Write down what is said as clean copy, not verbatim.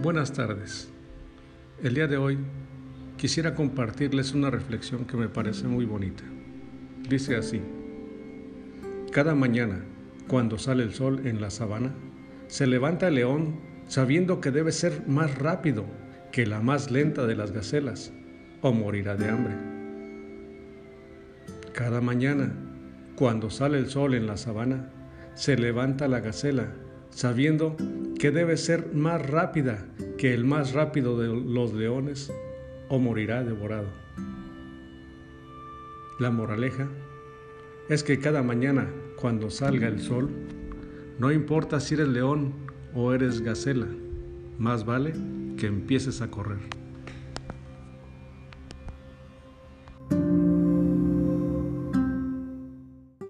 Buenas tardes. El día de hoy quisiera compartirles una reflexión que me parece muy bonita. Dice así: cada mañana, cuando sale el sol en la sabana, se levanta el león sabiendo que debe ser más rápido que la más lenta de las gacelas o morirá de hambre. Cada mañana, cuando sale el sol en la sabana, se levanta la gacela sabiendo que debe ser más rápida que el más rápido de los leones o morirá devorado. La moraleja es que cada mañana, cuando salga el sol, no importa si eres león o eres gacela, más vale que empieces a correr.